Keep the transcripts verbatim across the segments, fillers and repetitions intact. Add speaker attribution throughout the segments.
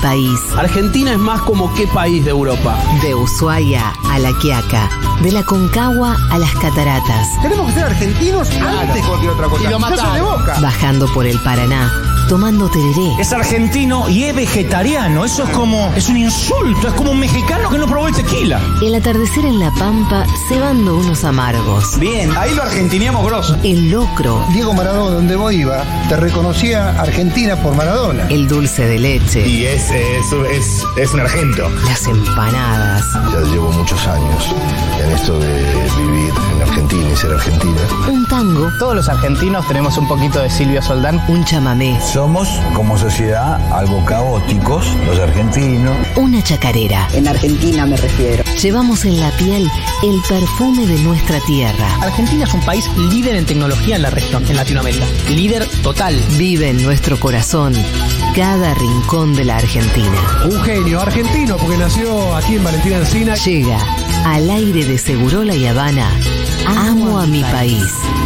Speaker 1: país.
Speaker 2: Argentina es más como qué país de Europa.
Speaker 1: De Ushuaia a La Quiaca, de la Concagua a las Cataratas.
Speaker 3: Tenemos que ser argentinos
Speaker 2: Claro.
Speaker 3: antes de cualquier otra cosa.
Speaker 2: Y lo
Speaker 3: Yo soy de
Speaker 2: mataron.
Speaker 3: Boca.
Speaker 1: Bajando por el Paraná, tomando tereré.
Speaker 4: Es argentino y es vegetariano. Eso es como... es un insulto. Es como un mexicano que no probó el tequila.
Speaker 1: El atardecer en La Pampa, cebando unos amargos.
Speaker 4: Bien, ahí lo argentineamos grosso.
Speaker 1: El locro,
Speaker 3: Diego Maradona, donde vos iba, te reconocía Argentina por Maradona.
Speaker 1: el dulce de leche,
Speaker 5: Y es, es, es, es un argento.
Speaker 1: las empanadas,
Speaker 6: Ya llevo muchos años en esto de vivir en Argentina y ser argentina.
Speaker 1: un tango,
Speaker 2: Todos los argentinos tenemos un poquito de Silvio Soldán.
Speaker 1: un chamamé,
Speaker 7: Somos, como sociedad, algo caóticos, los argentinos.
Speaker 1: una chacarera.
Speaker 8: En Argentina me refiero.
Speaker 1: Llevamos en la piel el perfume de nuestra tierra.
Speaker 9: Argentina es un país líder en tecnología en la región, en Latinoamérica. Líder total.
Speaker 1: Vive en nuestro corazón cada rincón de la Argentina.
Speaker 10: Un genio argentino porque nació aquí en Valentina Encina.
Speaker 1: Llega al aire de Segurola y Habana. Amo a mi país.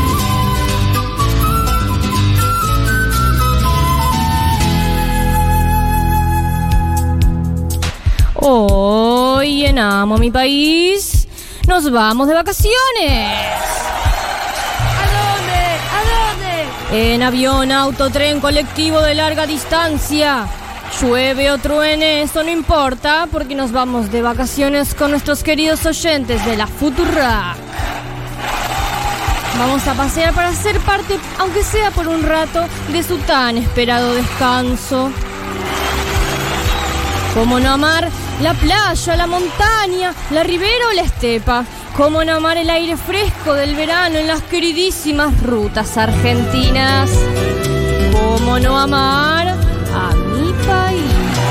Speaker 11: Hoy en Amo a mi país nos vamos de vacaciones.
Speaker 12: ¿A dónde? ¿A dónde?
Speaker 11: En avión, auto, tren, colectivo de larga distancia. Llueve o truene, eso no importa, porque nos vamos de vacaciones con nuestros queridos oyentes de la Futura. Vamos a pasear para ser parte, aunque sea por un rato, de su tan esperado descanso. ¿Cómo no amar la playa, la montaña, la ribera o la estepa? ¿Cómo no amar el aire fresco del verano en las queridísimas rutas argentinas? ¿Cómo no amar a mi país?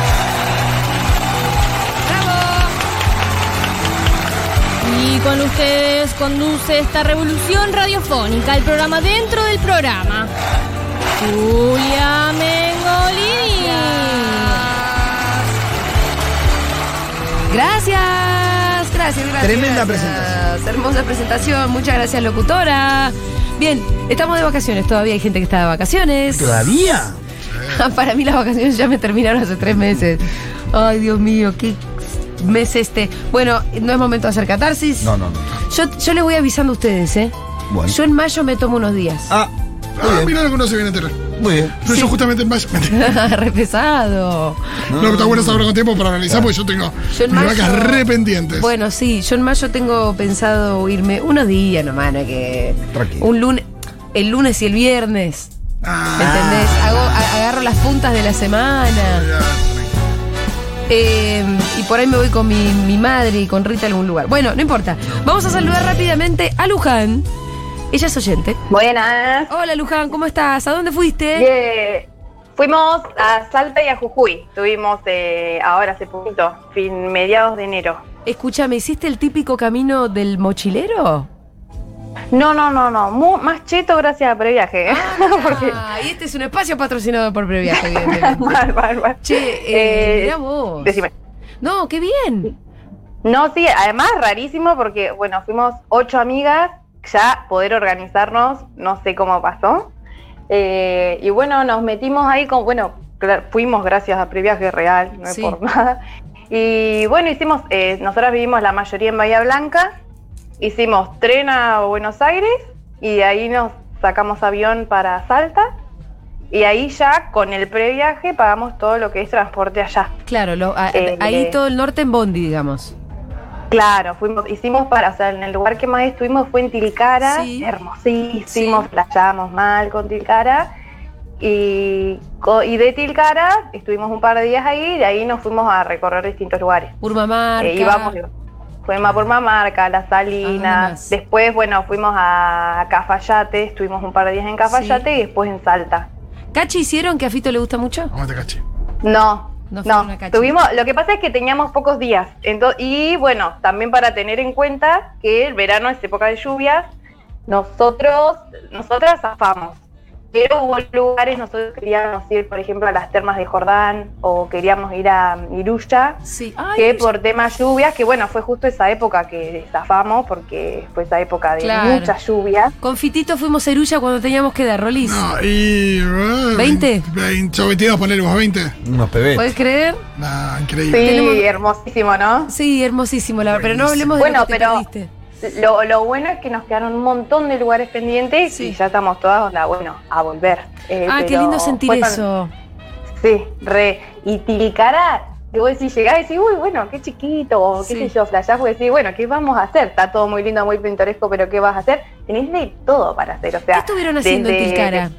Speaker 11: Y con ustedes conduce esta revolución radiofónica, el programa dentro del programa, Julia Mengolini.
Speaker 12: Gracias, gracias, gracias.
Speaker 3: Tremenda
Speaker 12: gracias.
Speaker 3: presentación.
Speaker 12: Hermosa presentación, muchas gracias, locutora. Bien, estamos de vacaciones, todavía hay gente que está de vacaciones.
Speaker 3: ¿Todavía?
Speaker 12: Para mí las vacaciones ya me terminaron hace tres meses. Ay, Dios mío, qué mes este. Bueno, no es momento de hacer catarsis.
Speaker 7: No, no, no.
Speaker 12: Yo, yo les voy avisando a ustedes, ¿eh?
Speaker 7: Bueno.
Speaker 12: Yo en mayo me tomo unos días.
Speaker 7: Ah, muy
Speaker 13: Ah,
Speaker 7: bien.
Speaker 13: mira lo que no se viene entero.
Speaker 7: Muy bien.
Speaker 13: Pero
Speaker 12: Sí.
Speaker 13: yo justamente en mayo.
Speaker 12: Re pesado.
Speaker 13: No, no, está bueno saber con tiempo para analizar, porque yo tengo
Speaker 12: Yo en
Speaker 13: mis
Speaker 12: mayo-
Speaker 13: vacas re pendientes.
Speaker 12: Bueno, sí, yo en mayo tengo pensado irme unos días nomás, ¿no? Que
Speaker 7: Tranquilo.
Speaker 12: un lunes, el lunes y el viernes.
Speaker 13: Ah,
Speaker 12: ¿Me entendés? Hago, a- agarro las puntas de la semana.
Speaker 13: ya,
Speaker 12: Eh, y por ahí me voy con mi, mi madre y con Rita a algún lugar. Bueno, no importa. Vamos a saludar rápidamente a Luján. Ella es oyente.
Speaker 14: Buenas.
Speaker 12: Hola Luján, ¿cómo estás? ¿A dónde fuiste?
Speaker 14: Bien. Fuimos a Salta y a Jujuy. Estuvimos eh, ahora hace poquito, fin mediados de enero.
Speaker 12: Escúchame, ¿hiciste el típico camino del mochilero?
Speaker 14: No, no, no, no. Mu- más cheto gracias a Previaje. ¿eh? Porque
Speaker 12: Ah, y este es un espacio patrocinado por Previaje, evidentemente.
Speaker 14: mal, mal, mal.
Speaker 12: Che, eh,
Speaker 14: Eh,
Speaker 12: mirá vos.
Speaker 14: Decime.
Speaker 12: No, qué bien.
Speaker 14: No, sí, además rarísimo porque, bueno, fuimos ocho amigas, ya poder organizarnos, no sé cómo pasó. Eh, y bueno, nos metimos ahí con, bueno, cla- fuimos gracias a Previaje Real, no es
Speaker 12: Sí.
Speaker 14: por nada. Y bueno, hicimos, eh, nosotras vivimos la mayoría en Bahía Blanca, hicimos tren a Buenos Aires y de ahí nos sacamos avión para Salta. Y ahí ya con el previaje pagamos todo lo que es transporte allá.
Speaker 12: Claro, lo, a-
Speaker 14: Eh,
Speaker 12: ahí todo el norte en Bondi, digamos.
Speaker 14: Claro, fuimos, hicimos para, o sea, en el lugar que más estuvimos fue en Tilcara,
Speaker 12: Sí.
Speaker 14: hermosísimo,
Speaker 12: Sí.
Speaker 14: playamos mal con Tilcara. Y, co- y de Tilcara estuvimos un par de días ahí, y de ahí nos fuimos a recorrer distintos lugares.
Speaker 12: Purmamarca.
Speaker 14: Eh, íbamos, fuimos a Purmamarca, Las
Speaker 12: Ah,
Speaker 14: Salinas,
Speaker 12: más.
Speaker 14: después, bueno, fuimos a Cafayate, estuvimos un par de días en Cafayate y después en Salta.
Speaker 12: ¿Cachi hicieron que a Fito le gusta mucho?
Speaker 13: Vamos a caché.
Speaker 14: No,
Speaker 12: No
Speaker 14: no,
Speaker 12: fueron a Cachi.
Speaker 14: tuvimos, lo que pasa es que teníamos pocos días, ento- y bueno, también para tener en cuenta que el verano es época de lluvias, nosotros, nosotras zafamos, Pero hubo lugares, nosotros queríamos ir, por ejemplo, a las termas de Jordán o queríamos ir a Iruya,
Speaker 12: sí. Ay,
Speaker 14: que
Speaker 12: Iruya.
Speaker 14: por temas lluvias, que bueno, fue justo esa época que zafamos porque fue esa época de
Speaker 12: Claro.
Speaker 14: muchas lluvias.
Speaker 12: Con Fitito fuimos a Iruya cuando teníamos que dar, Rolis.
Speaker 13: No, y. Uh,
Speaker 12: ¿veinte?
Speaker 13: veinte, yo veintidós, ponele vos veinte.
Speaker 7: Unos pebetes.
Speaker 12: ¿Puedes creer?
Speaker 13: Nah,
Speaker 14: Sí,
Speaker 13: increíble.
Speaker 12: Tenemos-
Speaker 14: hermosísimo, ¿no?
Speaker 12: Sí, hermosísimo, la verdad. Pero no hablemos de
Speaker 14: Bueno,
Speaker 12: lo que te
Speaker 14: pero-
Speaker 12: perdiste.
Speaker 14: Lo, lo bueno es que nos quedaron un montón de lugares pendientes
Speaker 12: Sí.
Speaker 14: y ya estamos todas, onda, bueno, a volver. Eh,
Speaker 12: Ah, qué
Speaker 14: pero
Speaker 12: lindo sentir
Speaker 14: fue tan-
Speaker 12: eso.
Speaker 14: Sí, re. Y Tilcara, que vos decís, llegás y decís, uy, bueno, qué chiquito, o qué
Speaker 12: Sí.
Speaker 14: sé yo, flashás, vos decís, bueno, ¿qué vamos a hacer? Está todo muy lindo, muy pintoresco, pero ¿qué vas a hacer? Tenés de todo para hacer, o sea.
Speaker 12: ¿Qué estuvieron haciendo en
Speaker 14: desde-
Speaker 12: Tilcara?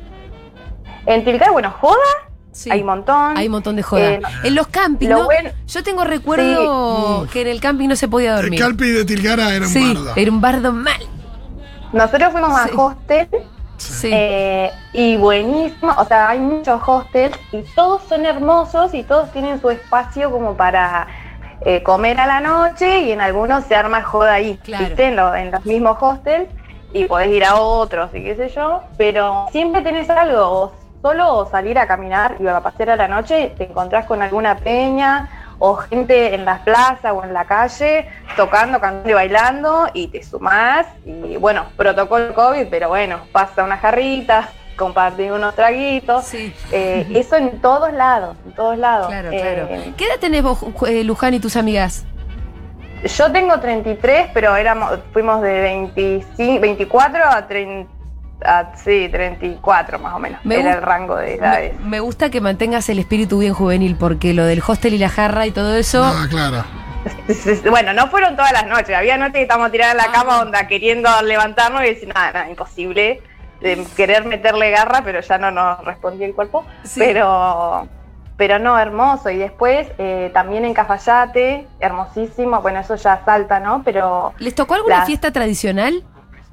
Speaker 14: En Tilcara, bueno, joda,
Speaker 12: Sí.
Speaker 14: hay un montón.
Speaker 12: Hay un montón de joda.
Speaker 14: Eh,
Speaker 12: en los campings,
Speaker 14: lo
Speaker 12: ¿no?
Speaker 14: bueno-
Speaker 12: Yo tengo recuerdo que en el camping no se podía
Speaker 13: El
Speaker 12: dormir.
Speaker 13: Calpi de Tilcara era un
Speaker 12: Sí,
Speaker 13: bardo.
Speaker 12: era un bardo mal.
Speaker 14: Nosotros fuimos
Speaker 12: Sí.
Speaker 14: a hostel.
Speaker 12: Sí.
Speaker 14: Eh, y buenísimo, o sea, hay muchos hostels y todos son hermosos y todos tienen su espacio como para eh, comer a la noche y en algunos se arma joda ahí,
Speaker 12: Claro.
Speaker 14: ¿viste? En, lo- en los mismos hostels y podés ir a otros y qué sé yo, pero siempre tenés algo, o solo salir a caminar y a pasear a la noche, te encontrás con alguna peña o gente en la plaza o en la calle tocando, cantando y bailando y te sumás y bueno, protocolo COVID, pero bueno, pasa unas jarritas, compartir unos traguitos,
Speaker 12: Sí.
Speaker 14: eh, eso en todos lados, en todos lados.
Speaker 12: Claro,
Speaker 14: Eh,
Speaker 12: claro. ¿Qué edad tenés vos, Ju- eh, Luján, y tus amigas?
Speaker 14: Yo tengo treinta y tres, pero éramos, fuimos de veinticinco, veinticuatro a treinta, a, sí, treinta y cuatro más o menos,
Speaker 12: Me
Speaker 14: era
Speaker 12: gu-
Speaker 14: el rango de edades.
Speaker 12: Me, me gusta que mantengas el espíritu bien juvenil, porque lo del hostel y la jarra y todo eso.
Speaker 13: Ah, claro.
Speaker 14: Bueno, no fueron todas las noches, había noches que estábamos tiradas en la
Speaker 12: Ah.
Speaker 14: cama, onda, queriendo levantarnos y decir, nada, nada, imposible, de querer meterle garra, pero ya no nos respondía el cuerpo,
Speaker 12: Sí.
Speaker 14: pero... Pero no, hermoso. Y después eh, también en Cafayate, hermosísimo. Bueno, eso ya salta, ¿no? Pero...
Speaker 12: ¿Les tocó alguna
Speaker 14: la-
Speaker 12: fiesta tradicional?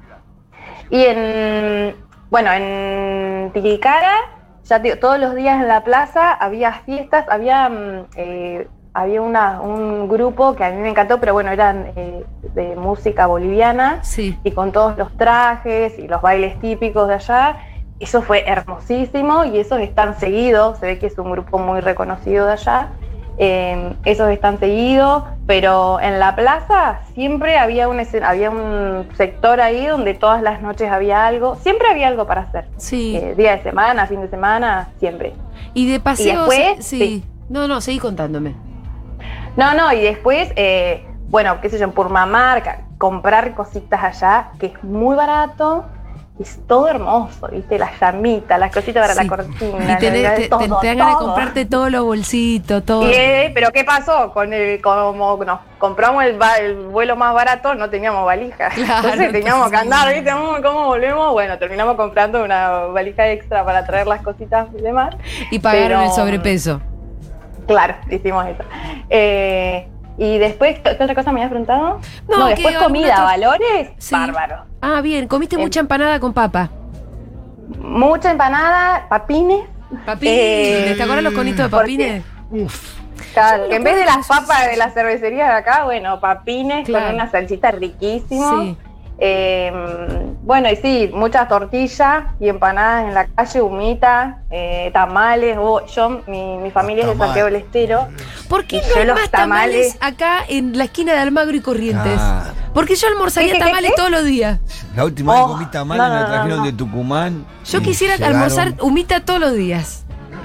Speaker 14: Y en... Bueno, en Tilcara, ya te digo, todos los días en la plaza había fiestas, había... mm, eh, había una, un grupo que a mí me encantó, pero bueno, eran eh, de música boliviana.
Speaker 12: Sí.
Speaker 14: Y con todos los trajes y los bailes típicos de allá. Eso fue hermosísimo y esos están seguidos, se ve que es un grupo muy reconocido de allá, eh, esos están seguidos, pero en la plaza siempre había un, escen- había un sector ahí donde todas las noches había algo, siempre había algo para hacer,
Speaker 12: Sí.
Speaker 14: eh, día de semana, fin de semana, siempre.
Speaker 12: Y de paseos.
Speaker 14: Y después,
Speaker 12: sí.
Speaker 14: sí.
Speaker 12: No, no, seguí contándome.
Speaker 14: No, no, y después, eh, bueno, qué sé yo, en Purmamarca, comprar cositas allá, que es muy barato. Es todo hermoso, ¿viste? Las llamitas, las cositas para
Speaker 12: Sí.
Speaker 14: la cortina.
Speaker 12: Y tenés-
Speaker 14: la-
Speaker 12: te, te-
Speaker 14: todo,
Speaker 12: te dan ganas de
Speaker 14: todo.
Speaker 12: comprarte todos los bolsitos, todo.
Speaker 14: Y, eh, pero ¿qué pasó? Con el, como nos compramos el, va- el vuelo más barato, no teníamos valija.
Speaker 12: Claro,
Speaker 14: entonces teníamos
Speaker 12: entonces-
Speaker 14: que andar, ¿viste? ¿Cómo, cómo volvemos? Bueno, terminamos comprando una valija extra para traer las cositas y demás.
Speaker 12: Y pagaron
Speaker 14: Pero-
Speaker 12: el sobrepeso.
Speaker 14: Claro, hicimos eso. Eh, y después, ¿qué otra cosa me habías preguntado?
Speaker 12: No,
Speaker 14: No,
Speaker 12: que
Speaker 14: después
Speaker 12: alguna
Speaker 14: comida,
Speaker 12: otra-
Speaker 14: valores,
Speaker 12: Sí.
Speaker 14: bárbaro.
Speaker 12: Ah, bien. ¿Comiste
Speaker 14: Em-
Speaker 12: mucha empanada con papa?
Speaker 14: Mucha empanada, papines.
Speaker 12: ¿Papines?
Speaker 14: Eh,
Speaker 12: ¿Te acuerdas los conitos de
Speaker 14: porque-
Speaker 12: papines?
Speaker 13: Uf.
Speaker 14: Claro,
Speaker 12: Yo
Speaker 14: que en
Speaker 12: me
Speaker 14: vez de
Speaker 12: acuerdo
Speaker 14: las
Speaker 12: que eso
Speaker 14: papas
Speaker 12: sí.
Speaker 14: de la cervecería de acá, bueno, papines
Speaker 12: Claro.
Speaker 14: con una salsita riquísimo.
Speaker 12: Sí.
Speaker 14: Eh, bueno, y sí, muchas tortillas y empanadas en la calle, humita, eh, tamales. Oh, yo, mi, mi familia es de
Speaker 7: Tamal.
Speaker 14: Santiago del Estero.
Speaker 12: ¿Por qué
Speaker 14: Y
Speaker 12: no
Speaker 14: yo
Speaker 12: hay
Speaker 14: los
Speaker 12: más tamales,
Speaker 14: tamales-
Speaker 12: acá en la esquina de Almagro y Corrientes?
Speaker 7: Claro.
Speaker 12: Porque yo almorzaría
Speaker 14: ¿Qué, qué, qué,
Speaker 12: tamales
Speaker 14: qué?
Speaker 12: todos los días.
Speaker 7: La última vez
Speaker 14: Oh,
Speaker 7: que comí tamales
Speaker 14: no,
Speaker 7: me
Speaker 14: no,
Speaker 7: la trajeron
Speaker 14: no, no.
Speaker 7: de Tucumán.
Speaker 12: Yo
Speaker 7: y
Speaker 12: quisiera
Speaker 7: llegaron-
Speaker 12: almorzar humita todos los días.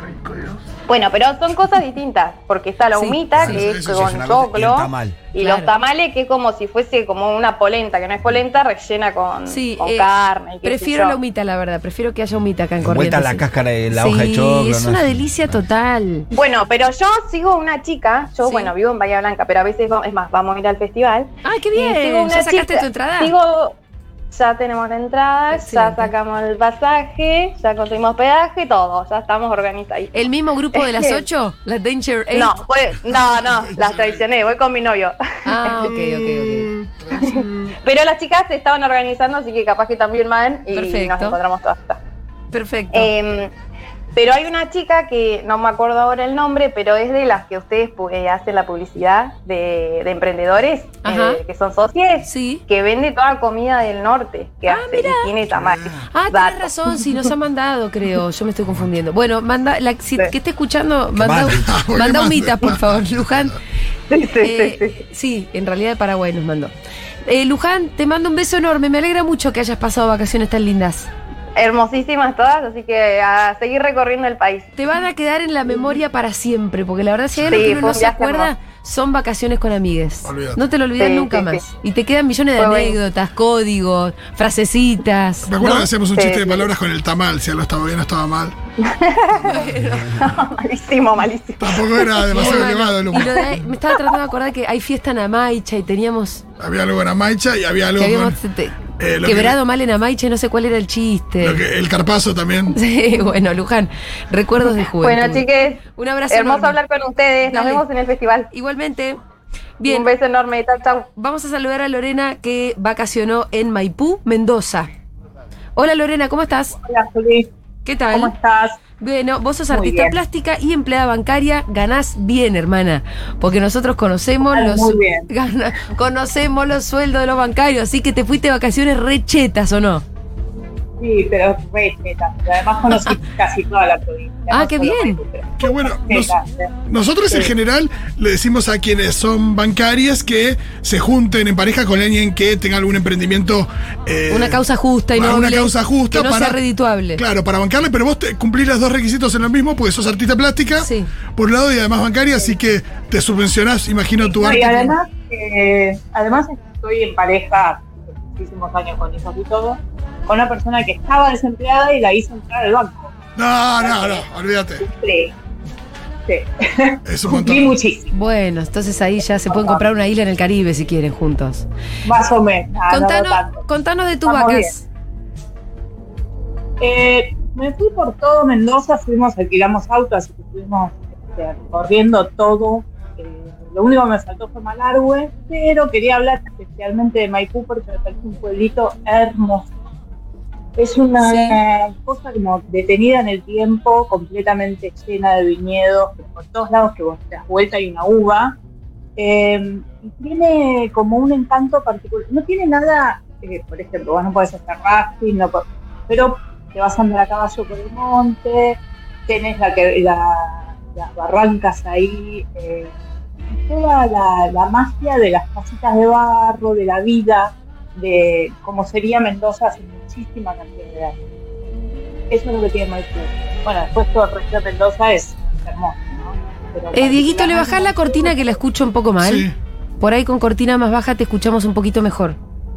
Speaker 14: Bueno, pero son cosas distintas, porque está la
Speaker 12: Sí,
Speaker 14: humita,
Speaker 12: sí,
Speaker 14: que
Speaker 13: sí,
Speaker 14: es
Speaker 13: eso sí,
Speaker 14: con
Speaker 7: es una cosa, y el
Speaker 14: choclo,
Speaker 7: tamal.
Speaker 14: y
Speaker 12: Claro.
Speaker 14: los tamales, que es como si fuese como una polenta, que no es polenta, rellena con,
Speaker 12: Sí,
Speaker 14: con
Speaker 12: eh,
Speaker 14: carne. y qué sé
Speaker 12: Prefiero
Speaker 14: yo.
Speaker 12: la humita, la verdad. Prefiero que haya humita acá en
Speaker 7: Envuelta
Speaker 12: Corrientes.
Speaker 7: la
Speaker 12: sí.
Speaker 7: cáscara de la
Speaker 12: Sí,
Speaker 7: hoja de choclo.
Speaker 12: es
Speaker 7: ¿no?
Speaker 12: una delicia total.
Speaker 14: Bueno, pero yo sigo una chica, yo
Speaker 12: Sí.
Speaker 14: bueno, vivo en Bahía Blanca, pero a veces, vamos- es más, vamos a ir al festival.
Speaker 12: ¡Ay, qué
Speaker 14: Y
Speaker 12: bien!
Speaker 14: sigo una
Speaker 12: ¿Ya sacaste
Speaker 14: chica-
Speaker 12: tu entrada?
Speaker 14: Sigo, ya tenemos la entrada,
Speaker 12: Excelente.
Speaker 14: ya sacamos el pasaje, ya conseguimos pedaje, todo, ya estamos organizados.
Speaker 12: ¿El mismo grupo de las ocho? ¿Las Danger Eight?
Speaker 14: No, fue, no, no, las traicioné, voy con mi novio.
Speaker 12: Ah, ok, ok, ok.
Speaker 14: Pero las chicas se estaban organizando, así que capaz que también van y
Speaker 12: Perfecto.
Speaker 14: nos encontramos todas.
Speaker 12: Perfecto.
Speaker 14: Eh, Pero hay una chica que no me acuerdo ahora el nombre, pero es de las que ustedes eh, hacen la publicidad de, de emprendedores, eh, que son socios,
Speaker 12: sí.
Speaker 14: que vende toda comida del norte, que
Speaker 12: ah,
Speaker 14: hace, y tiene tamales.
Speaker 12: Ah, tienes razón, sí, nos ha mandado, creo, yo me estoy confundiendo. Bueno, manda, la, si que esté escuchando, manda, un, manda humitas, por favor, Luján.
Speaker 14: Sí, sí,
Speaker 12: eh,
Speaker 14: sí, sí.
Speaker 12: sí, en realidad de Paraguay nos mandó. Eh, Luján, te mando un beso enorme, me alegra mucho que hayas pasado vacaciones tan lindas.
Speaker 14: Hermosísimas todas, así que a seguir recorriendo el país.
Speaker 12: Te van a quedar en la memoria para siempre, porque la verdad si hay algo
Speaker 14: sí,
Speaker 12: que uno no se acuerda,
Speaker 14: hermoso.
Speaker 12: Son vacaciones con amigues.
Speaker 13: Olvídate.
Speaker 12: No te lo olvidas
Speaker 14: sí,
Speaker 12: nunca
Speaker 14: sí,
Speaker 12: más.
Speaker 14: sí.
Speaker 12: Y te quedan millones de
Speaker 14: Fue
Speaker 12: anécdotas, bueno. Códigos, frasecitas.
Speaker 13: Me acuerdo
Speaker 12: ¿no?
Speaker 13: que hacíamos un
Speaker 14: sí,
Speaker 13: chiste
Speaker 14: sí.
Speaker 13: de palabras con el tamal, si algo estaba bien o estaba mal.
Speaker 14: No, malísimo, malísimo.
Speaker 13: Tampoco era demasiado elevado el
Speaker 12: Y
Speaker 13: humor.
Speaker 12: lo de, me estaba tratando de acordar que hay fiesta en Amaicha y teníamos...
Speaker 13: Había algo en Amaicha y había algo
Speaker 12: Que habíamos
Speaker 13: con...
Speaker 12: te,
Speaker 13: eh, lo
Speaker 12: quebrado
Speaker 13: que,
Speaker 12: mal en Amaicha y no sé cuál era el chiste.
Speaker 13: lo que- el carpazo también.
Speaker 12: Sí, bueno, Luján, recuerdos de juventud.
Speaker 14: Bueno, chiques,
Speaker 12: un abrazo
Speaker 14: hermoso
Speaker 12: enorme.
Speaker 14: hablar con ustedes. Nos
Speaker 12: Dale.
Speaker 14: vemos en el festival.
Speaker 12: Igualmente. Bien.
Speaker 14: Un beso enorme. Chau, chau.
Speaker 12: Vamos a saludar a Lorena que vacacionó en Maipú, Mendoza. Hola Lorena, ¿cómo estás?
Speaker 8: Hola Juli.
Speaker 12: ¿Qué tal?
Speaker 8: ¿Cómo estás?
Speaker 12: Bueno, vos sos
Speaker 8: Muy
Speaker 12: artista
Speaker 8: bien.
Speaker 12: plástica y empleada bancaria, ganás bien, hermana, porque nosotros conocemos
Speaker 8: Claro,
Speaker 12: los
Speaker 8: muy bien.
Speaker 12: gana- conocemos los sueldos de los bancarios, así que te fuiste de vacaciones re chetas, ¿o no?
Speaker 8: Sí, pero re cheta. Y además conocí casi toda la provincia.
Speaker 12: Ah,
Speaker 8: no
Speaker 12: qué
Speaker 8: solo
Speaker 12: bien.
Speaker 8: Maipú, pero
Speaker 13: Qué bueno. Nos-
Speaker 8: cheta, ¿eh?
Speaker 13: nosotros en
Speaker 8: Sí.
Speaker 13: general le decimos a quienes son bancarias que se junten en pareja con alguien que tenga algún emprendimiento. eh,
Speaker 12: Una causa justa y
Speaker 13: para
Speaker 12: noble.
Speaker 13: una causa justa
Speaker 12: que no
Speaker 13: para-
Speaker 12: sea redituable.
Speaker 13: Claro, para bancarle, pero vos te, cumplís los dos requisitos en lo mismo porque sos artista plástica,
Speaker 12: Sí.
Speaker 13: por un lado, y además bancaria, así que te subvencionás, imagino, tu
Speaker 8: No,
Speaker 13: arte.
Speaker 8: y además, eh, además estoy en pareja hace muchísimos años con hijos y todo, con una persona que estaba desempleada y la hizo entrar al banco.
Speaker 13: No, no, no, olvídate.
Speaker 8: Sí. Sí.
Speaker 13: Es un
Speaker 8: Cumplí
Speaker 13: montón.
Speaker 8: muchísimo,
Speaker 12: Bueno, entonces ahí ya se pueden comprar una isla en el Caribe si quieren juntos.
Speaker 8: más o menos. Ah, no, no
Speaker 12: Contanos,
Speaker 8: tanto.
Speaker 12: contanos de tus
Speaker 8: Vamos
Speaker 12: vacas.
Speaker 8: Eh, me fui por todo Mendoza, fuimos, alquilamos auto, así que estuvimos este, recorriendo todo. Eh, lo único que me faltó fue Malargüe, pero quería hablar especialmente de Maipú porque me parece un pueblito hermoso. Es una
Speaker 12: Sí.
Speaker 8: cosa como detenida en el tiempo, completamente llena de viñedos, que por todos lados que vos te das vuelta hay una uva. Eh, y tiene como un encanto particular. No tiene nada, eh, por ejemplo, vos no podés hacer rafting, no po- pero te vas a andar a caballo por el monte, tenés la que, la, las barrancas ahí, eh, y toda la, la magia de las casitas de barro, de la vida, de cómo sería Mendoza hace muchísima cantidad de años. Eso es lo que tiene Maipú. Bueno, después todo el resto de Mendoza es hermoso, ¿no? Pero
Speaker 12: Eh, Dieguito, ¿le bajás la
Speaker 8: particularmente
Speaker 12: cortina que la escucho un poco mal?
Speaker 13: Sí.
Speaker 12: Por ahí con cortina más baja te escuchamos un poquito mejor.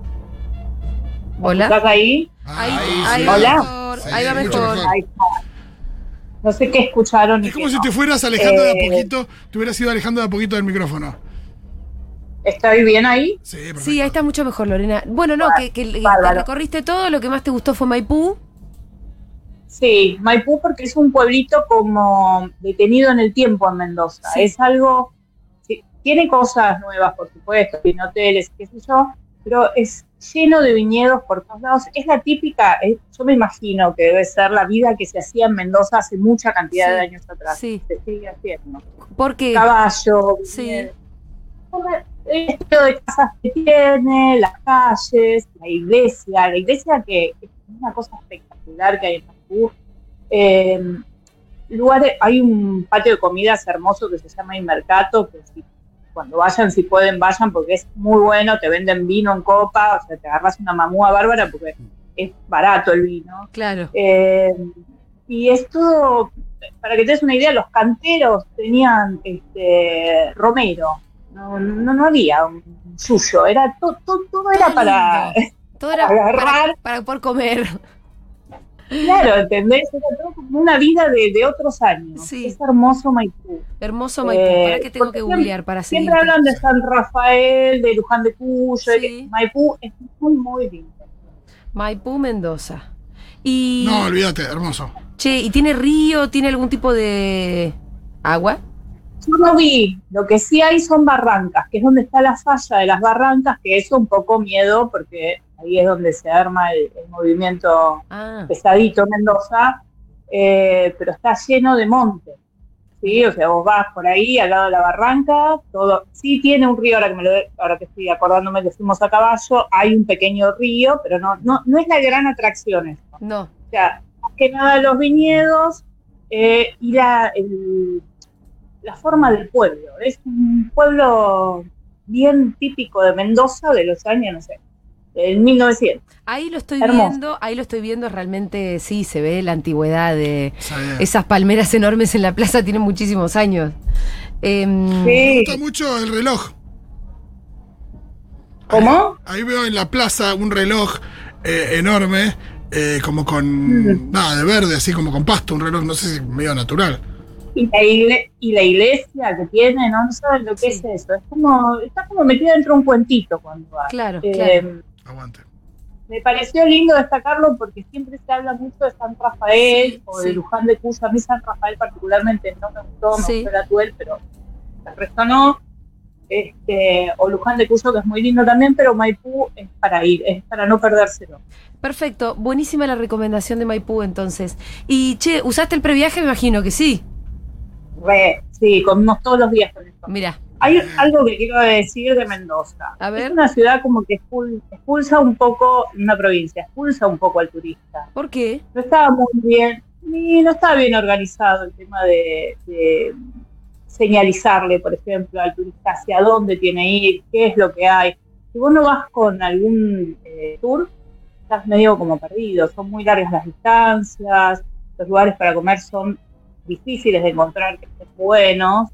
Speaker 12: Hola.
Speaker 8: ¿Estás ahí?
Speaker 12: Ahí,
Speaker 13: Ahí,
Speaker 12: ahí
Speaker 13: sí.
Speaker 12: va
Speaker 8: Hola.
Speaker 12: mejor,
Speaker 13: Sí,
Speaker 12: ahí va
Speaker 13: mucho
Speaker 12: mejor.
Speaker 13: mejor.
Speaker 8: Ahí está. No sé qué escucharon. y
Speaker 13: Es como
Speaker 8: qué
Speaker 13: si
Speaker 8: no.
Speaker 13: te fueras alejando de a
Speaker 8: Eh,
Speaker 13: poquito, te hubieras ido alejando de a poquito del micrófono.
Speaker 8: ¿Estoy bien ahí?
Speaker 13: Sí, perfecto.
Speaker 12: Sí, ahí está mucho mejor, Lorena. Bueno, no, que, que, que
Speaker 8: Bárbaro.
Speaker 12: recorriste todo, lo que más te gustó fue Maipú.
Speaker 8: Sí, Maipú porque es un pueblito como detenido en el tiempo en Mendoza.
Speaker 12: Sí.
Speaker 8: Es algo, sí, tiene cosas nuevas, por supuesto, tiene hoteles, qué sé yo, pero es lleno de viñedos por todos lados. Es la típica, es- yo me imagino que debe ser la vida que se hacía en Mendoza hace mucha cantidad
Speaker 12: Sí,
Speaker 8: de años atrás.
Speaker 12: sí.
Speaker 8: Se sigue haciendo.
Speaker 12: Porque
Speaker 8: Caballo,
Speaker 12: Sí.
Speaker 8: viñedos. El estilo de casas que tiene, las calles, la iglesia, la iglesia que es una cosa espectacular que hay en Maipú. Eh, lugares, hay un patio de comidas hermoso que se llama Inmercato, que si, cuando vayan, si pueden, vayan porque es muy bueno, te venden vino en copa, o sea, te agarras una mamúa bárbara porque es barato el vino.
Speaker 12: claro.
Speaker 8: Eh, y es todo, para que te des una idea, los canteros tenían este, romero, no, no, no había un suyo, era to, to- todo era
Speaker 12: Todo
Speaker 8: para,
Speaker 12: lindo. Todo era
Speaker 8: agarrar.
Speaker 12: para, para poder comer.
Speaker 8: claro, ¿entendés? Era todo como una vida de, de otros años.
Speaker 12: Sí.
Speaker 8: Es hermoso Maipú.
Speaker 12: Hermoso Maipú.
Speaker 8: Eh,
Speaker 12: ¿Para qué tengo
Speaker 8: porque
Speaker 12: que
Speaker 8: siempre-
Speaker 12: googlear para seguir?
Speaker 8: Siempre hablan de San Rafael, de Luján de Cuyo, de
Speaker 12: Sí.
Speaker 8: que Maipú es muy, muy lindo.
Speaker 12: Maipú, Mendoza. Y.
Speaker 13: No, olvídate, hermoso.
Speaker 12: Che, ¿y tiene río? ¿Tiene algún tipo de agua?
Speaker 8: Yo no vi, lo que sí hay son barrancas, que es donde está la falla de las barrancas, que eso un poco miedo, porque ahí es donde se arma el, el movimiento
Speaker 12: Ah,
Speaker 8: pesadito en Mendoza. eh, pero está lleno de monte. Sí, o sea, vos vas por ahí al lado de la barranca, todo, sí tiene un río, ahora que me lo ahora que estoy acordándome que fuimos a caballo, hay un pequeño río, pero no, no, no es la gran atracción eso.
Speaker 12: No.
Speaker 8: O sea, más que nada los viñedos eh, y la, el, la forma del pueblo. Es un pueblo bien típico de Mendoza de los años, no sé, del mil novecientos.
Speaker 12: Ahí lo estoy
Speaker 8: Hermoso.
Speaker 12: viendo, ahí lo estoy viendo, realmente sí, se ve la antigüedad de esas palmeras enormes en la plaza, tienen muchísimos años. Eh,
Speaker 13: Me gusta mucho el reloj.
Speaker 8: ¿Cómo?
Speaker 13: Ahí, ahí veo en la plaza un reloj eh, enorme, eh, como con, nada, de verde, así como con pasto, un reloj, no sé si medio natural.
Speaker 8: Y la, igle- y la iglesia que tiene, no, no saben lo que sí. es eso. Es como, está como metida dentro de un cuentito cuando va.
Speaker 12: Claro,
Speaker 8: eh,
Speaker 12: claro.
Speaker 13: Aguante.
Speaker 8: Me pareció lindo destacarlo porque siempre se habla mucho de San Rafael sí, o de sí. Luján de Cuyo. A mí San Rafael particularmente no me gustó, me sí. gustó la Tuel, pero el resto no. Este, o Luján de Cuyo, que es muy lindo también, pero Maipú es para ir, es para no perdérselo.
Speaker 12: Perfecto, buenísima la recomendación de Maipú entonces. Y che, ¿usaste el previaje? Me imagino que sí.
Speaker 8: Re, sí, comimos todos los días con esto.
Speaker 12: Mira.
Speaker 8: Hay algo que quiero decir de Mendoza.
Speaker 12: A ver.
Speaker 8: Es una ciudad como que expulsa un poco, una provincia, expulsa un poco al turista.
Speaker 12: ¿Por qué?
Speaker 8: No estaba muy bien, ni no estaba bien organizado el tema de, de señalizarle, por ejemplo, al turista hacia dónde tiene que ir, qué es lo que hay. Si vos no vas con algún eh, tour, estás medio como perdido, son muy largas las distancias, los lugares para comer son difíciles de encontrar que estén buenos.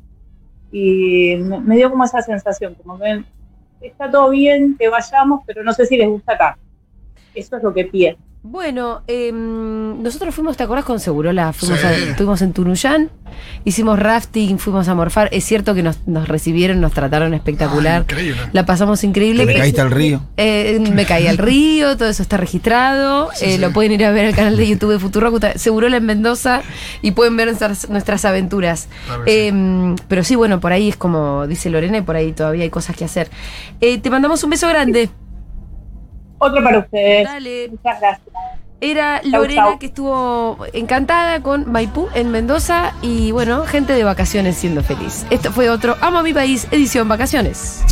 Speaker 8: Y me, me dio como esa sensación, como que está todo bien, que vayamos, pero no sé si les gusta acá. Eso es lo que pienso.
Speaker 12: Bueno, eh, nosotros fuimos, ¿te acuerdas con Segurola? Fuimos sí. a, estuvimos en Tunuyán, hicimos rafting, fuimos a morfar. Es cierto que nos, nos recibieron, nos trataron espectacular. Ah, increíble. La pasamos increíble.
Speaker 7: ¿Te caíste al río?
Speaker 12: Eh, me caí al río, todo eso está registrado. Sí, eh, sí. Lo pueden ir a ver al canal de YouTube de Futurock, Segurola en Mendoza, y pueden ver nuestras, nuestras aventuras. Claro eh, sí. Pero sí, bueno, por ahí es como dice Lorena, y por ahí todavía hay cosas que hacer. Eh, te mandamos un beso grande.
Speaker 8: Otro para ustedes.
Speaker 12: Dale.
Speaker 8: Muchas gracias.
Speaker 12: Era Lorena, chau, chau. Que estuvo encantada con Maipú en Mendoza y bueno, gente de vacaciones siendo feliz. Esto fue otro Amo a mi país, edición vacaciones.